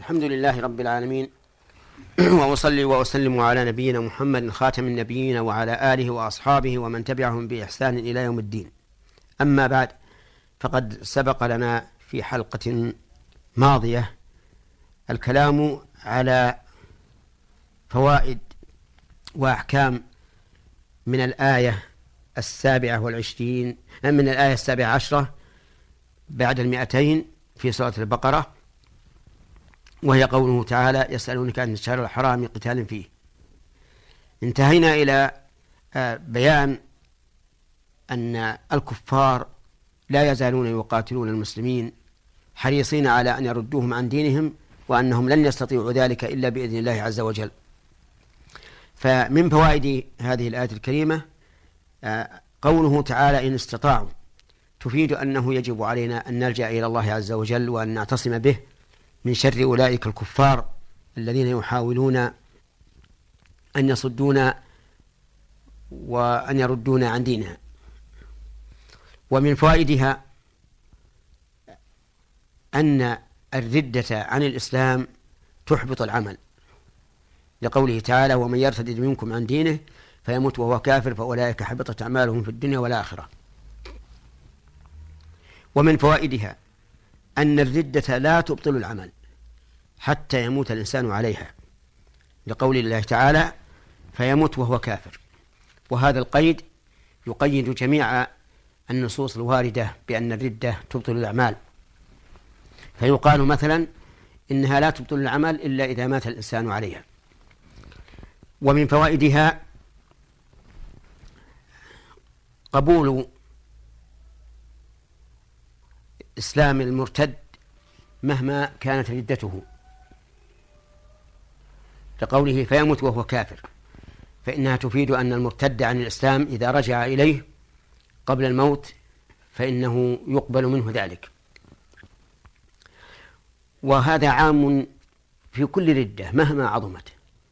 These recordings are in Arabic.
الحمد لله رب العالمين وأصلي وأسلم على نبينا محمد خاتم النبيين وعلى آله وأصحابه ومن تبعهم بإحسان إلى يوم الدين. أما بعد، فقد سبق لنا في حلقة ماضية الكلام على فوائد وأحكام من الآية 27 من الآية 17 بعد 200 في سورة البقرة، وهي قوله تعالى: يسألونك عن الشهر الحرام قتال فيه. انتهينا إلى بيان أن الكفار لا يزالون يقاتلون المسلمين حريصين على أن يردوهم عن دينهم، وأنهم لن يستطيعوا ذلك إلا بإذن الله عز وجل. فمن فوائد هذه الآية الكريمة قوله تعالى: إن استطاعوا، تفيد أنه يجب علينا أن نلجأ إلى الله عز وجل وأن نعتصم به من شر أولئك الكفار الذين يحاولون أن يصدونا وأن يردونا عن دينها. ومن فوائدها أن الردة عن الإسلام تحبط العمل، لقوله تعالى: ومن يرتد منكم عن دينه فيموت وهو كافر فأولئك حبطت أعمالهم في الدنيا والآخرة. ومن فوائدها أن الردة لا تبطل العمل حتى يموت الإنسان عليها، لقول الله تعالى: فيموت وهو كافر. وهذا القيد يقيد جميع النصوص الواردة بأن الردة تبطل الأعمال، فيقال مثلا إنها لا تبطل العمل إلا إذا مات الإنسان عليها. ومن فوائدها قبول إسلام المرتد مهما كانت ردته، لقوله: فيموت وهو كافر، فإنها تفيد أن المرتد عن الإسلام إذا رجع إليه قبل الموت فإنه يقبل منه ذلك. وهذا عام في كل ردة مهما عظمت.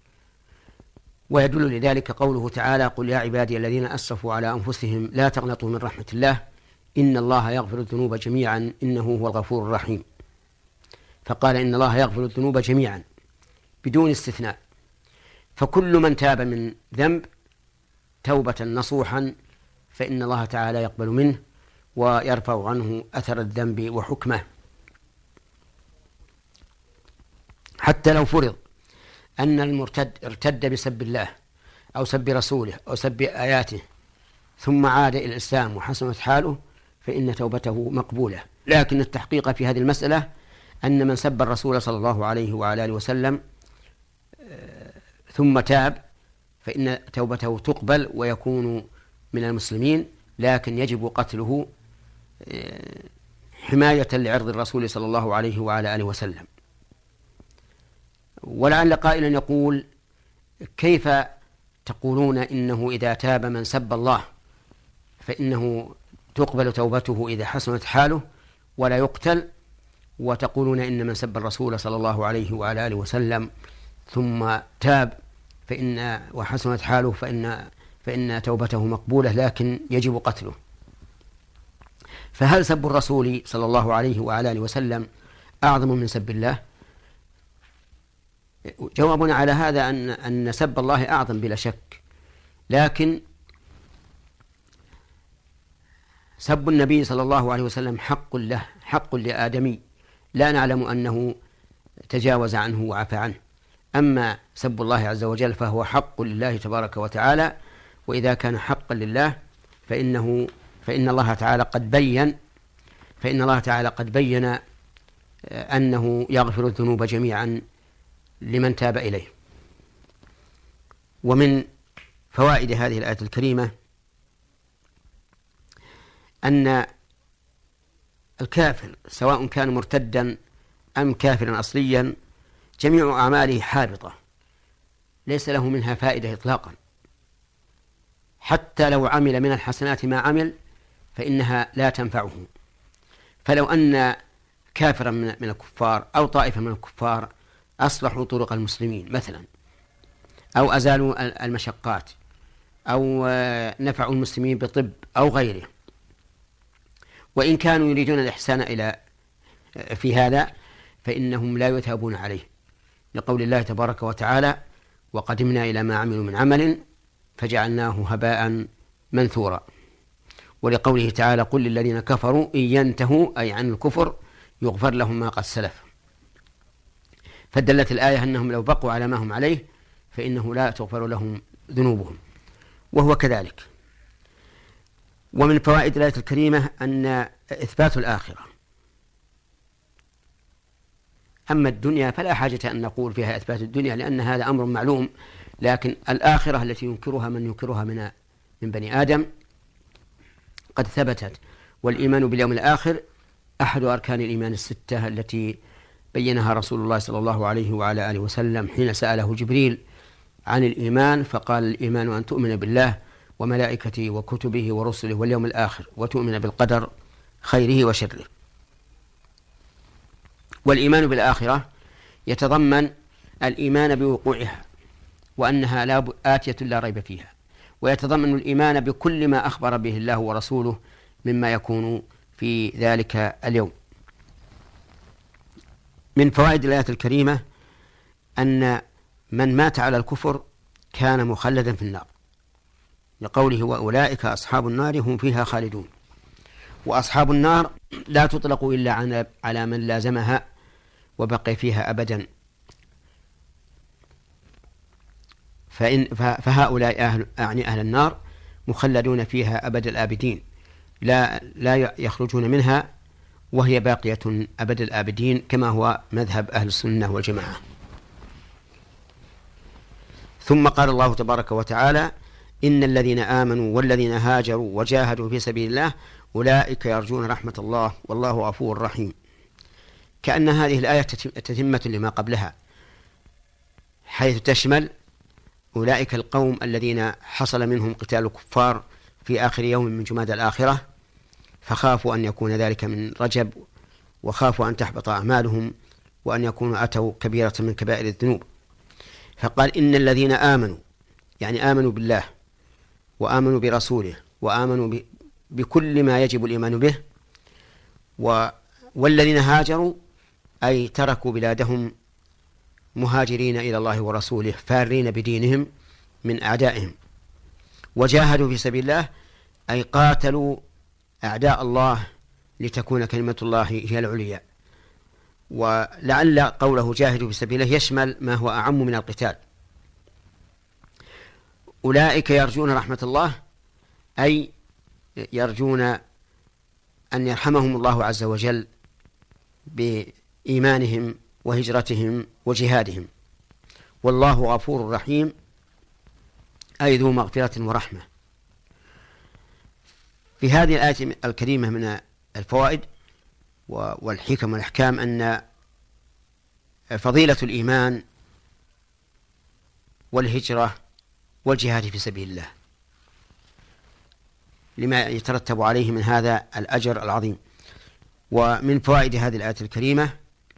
ويدل لذلك قوله تعالى: قل يا عبادي الذين أسرفوا على أنفسهم لا تقنطوا من رحمة الله إن الله يغفر الذنوب جميعا إنه هو الغفور الرحيم. فقال إن الله يغفر الذنوب جميعا بدون استثناء، فكل من تاب من ذنب توبة نصوحا فإن الله تعالى يقبل منه ويرفع عنه أثر الذنب وحكمه. حتى لو فرض أن المرتد ارتد بسب الله أو سب رسوله أو سب آياته ثم عاد إلى الإسلام وحسنت حاله فإن توبته مقبولة. لكن التحقيق في هذه المسألة أن من سب الرسول صلى الله عليه وعلى آله وسلم ثم تاب فإن توبته تقبل ويكون من المسلمين، لكن يجب قتله حماية لعرض الرسول صلى الله عليه وعلى آله وسلم. ولعل قائلا يقول: كيف تقولون إنه إذا تاب من سب الله فإنه تقبل توبته إذا حسنت حاله ولا يقتل، وتقولون إن من سب الرسول صلى الله عليه وعلى آله وسلم ثم تاب وحسنت حاله فإن توبته مقبولة لكن يجب قتله؟ فهل سب الرسول صلى الله عليه وعلى آله وسلم أعظم من سب الله؟ جوابنا على هذا أن سب الله أعظم بلا شك، لكن سب النبي صلى الله عليه وسلم حق له، حق لآدمي لا نعلم أنه تجاوز عنه وعفى عنه. أما سب الله عز وجل فهو حق لله تبارك وتعالى، وإذا كان حقا لله فإن الله تعالى قد بين أنه يغفر الذنوب جميعا لمن تاب إليه. ومن فوائد هذه الآية الكريمة أن الكافر سواء كان مرتدا أم كافرا أصليا جميع أعماله حابطة ليس له منها فائدة إطلاقا، حتى لو عمل من الحسنات ما عمل فإنها لا تنفعه. فلو أن كافرا من الكفار أو طائفة من الكفار أصلحوا طرق المسلمين مثلا، أو أزالوا المشقات، أو نفعوا المسلمين بطب أو غيره، وإن كانوا يريدون الإحسان في هذا، فإنهم لا يثابون عليه، لقول الله تبارك وتعالى: وقدمنا إلى ما عملوا من عمل فجعلناه هباء منثورا. ولقوله تعالى: قل للذين كفروا إن ينتهوا أي عن الكفر يغفر لهم ما قد سلف. فدلت الآية أنهم لو بقوا على ما هم عليه فإنه لا تغفر لهم ذنوبهم، وهو كذلك. ومن فوائد الآية الكريمة أن إثبات الآخرة. أما الدنيا فلا حاجة أن نقول فيها إثبات الدنيا، لأن هذا أمر معلوم، لكن الآخرة التي ينكرها من ينكرها من بني آدم قد ثبتت. والإيمان باليوم الآخر أحد أركان الإيمان الستة التي بينها رسول الله صلى الله عليه وعلى آله وسلم حين سأله جبريل عن الإيمان، فقال: الإيمان أن تؤمن بالله وملائكته وكتبه ورسله واليوم الآخر وتؤمن بالقدر خيره وشره. والإيمان بالآخرة يتضمن الإيمان بوقوعها وأنها آتية لا ريب فيها، ويتضمن الإيمان بكل ما أخبر به الله ورسوله مما يكون في ذلك اليوم. من فوائد الآية الكريمة أن من مات على الكفر كان مخلدا في النار، لقوله: وأولئك أصحاب النار هم فيها خالدون. وأصحاب النار لا تطلق إلا على من لازمها وبقي فيها أبدا، فهؤلاء أهل النار مخلدون فيها أبد الآبدين، لا يخرجون منها وهي باقية أبد الآبدين، كما هو مذهب أهل السنة والجماعة. ثم قال الله تبارك وتعالى: إن الذين آمنوا والذين هاجروا وجاهدوا في سبيل الله أولئك يرجون رحمة الله والله غفور رحيم. كأن هذه الآية تتمة لما قبلها، حيث تشمل أولئك القوم الذين حصل منهم قتال الكفار في آخر يوم من جمادى الآخرة، فخافوا أن يكون ذلك من رجب، وخافوا أن تحبط أعمالهم، وأن يكونوا أتوا كبيرة من كبائر الذنوب. فقال: إن الذين آمنوا، يعني آمنوا بالله وآمنوا برسوله وآمنوا بكل ما يجب الإيمان به. والذين هاجروا أي تركوا بلادهم مهاجرين إلى الله ورسوله فارين بدينهم من أعدائهم. وجاهدوا في سبيل الله أي قاتلوا أعداء الله لتكون كلمة الله هي العليا. ولعل قوله جاهدوا في سبيله يشمل ما هو أعم من القتال. أولئك يرجون رحمة الله أي يرجون أن يرحمهم الله عز وجل بإيمانهم وهجرتهم وجهادهم. والله غفور رحيم أي ذو مغفرة ورحمة. في هذه الآية الكريمة من الفوائد والحكم والأحكام أن فضيلة الإيمان والهجرة والجهاد في سبيل الله لما يترتب عليه من هذا الأجر العظيم. ومن فوائد هذه الآية الكريمة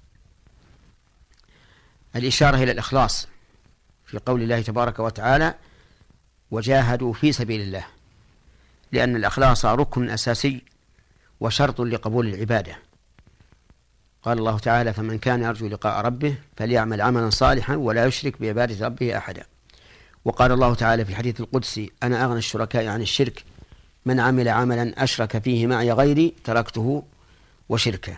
الإشارة إلى الإخلاص في قول الله تبارك وتعالى: وجاهدوا في سبيل الله، لأن الإخلاص ركن أساسي وشرط لقبول العبادة. قال الله تعالى: فمن كان يرجو لقاء ربه فليعمل عملا صالحا ولا يشرك بعبادة ربه أحدا. وقال الله تعالى في الحديث القدسي: أنا أغنى الشركاء عن الشرك، من عمل عملا أشرك فيه معي غيري تركته وشركه.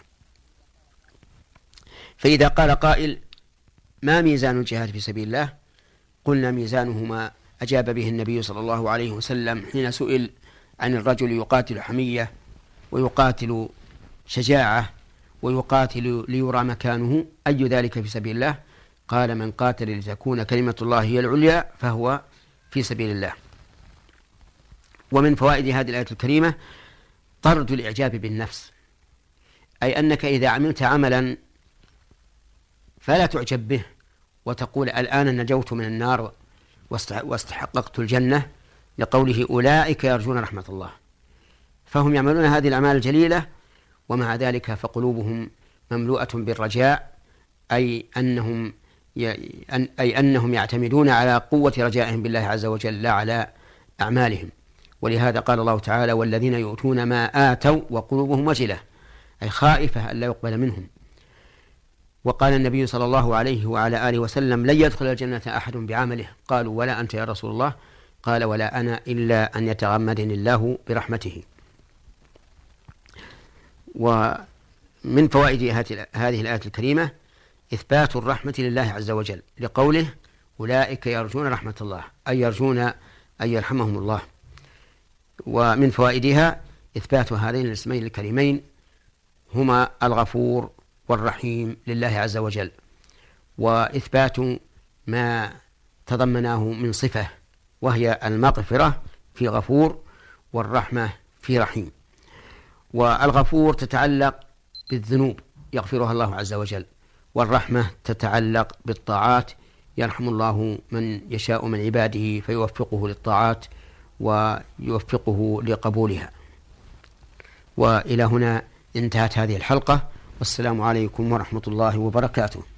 فإذا قال قائل: ما ميزان الجهاد في سبيل الله؟ قلنا: ميزانه ما أجاب به النبي صلى الله عليه وسلم حين سئل عن الرجل يقاتل حمية ويقاتل شجاعة ويقاتل ليرى مكانه، أي ذلك في سبيل الله؟ قال: من قاتل لتكون كلمة الله هي العليا فهو في سبيل الله. ومن فوائد هذه الآية الكريمة طرد الإعجاب بالنفس، أي أنك إذا عملت عملا فلا تعجب به وتقول: الآن نجوت من النار واستحققت الجنة، لقوله: أولئك يرجون رحمة الله. فهم يعملون هذه الأعمال الجليلة ومع ذلك فقلوبهم مملوءة بالرجاء، أي أنهم يعتمدون على قوة رجائهم بالله عز وجل لا على أعمالهم. ولهذا قال الله تعالى: والذين يؤتون ما آتوا وقلوبهم وجلة، أي خائفة ألا يقبل منهم. وقال النبي صلى الله عليه وعلى آله وسلم: لن يدخل الجنة أحد بعمله. قالوا: ولا أنت يا رسول الله؟ قال: ولا أنا إلا أن يتغمدني الله برحمته. ومن فوائد هذه الآية الكريمة إثبات الرحمة لله عز وجل، لقوله: أولئك يرجون رحمة الله، أي يرجون أن يرحمهم الله. ومن فوائدها إثبات هذين الاسمين الكريمين هما الغفور والرحيم لله عز وجل، وإثبات ما تضمناه من صفة، وهي المغفرة في غفور والرحمة في رحيم. والغفور تتعلق بالذنوب يغفرها الله عز وجل، والرحمة تتعلق بالطاعات يرحم الله من يشاء من عباده فيوفقه للطاعات ويوفقه لقبولها. وإلى هنا انتهت هذه الحلقة، والسلام عليكم ورحمة الله وبركاته.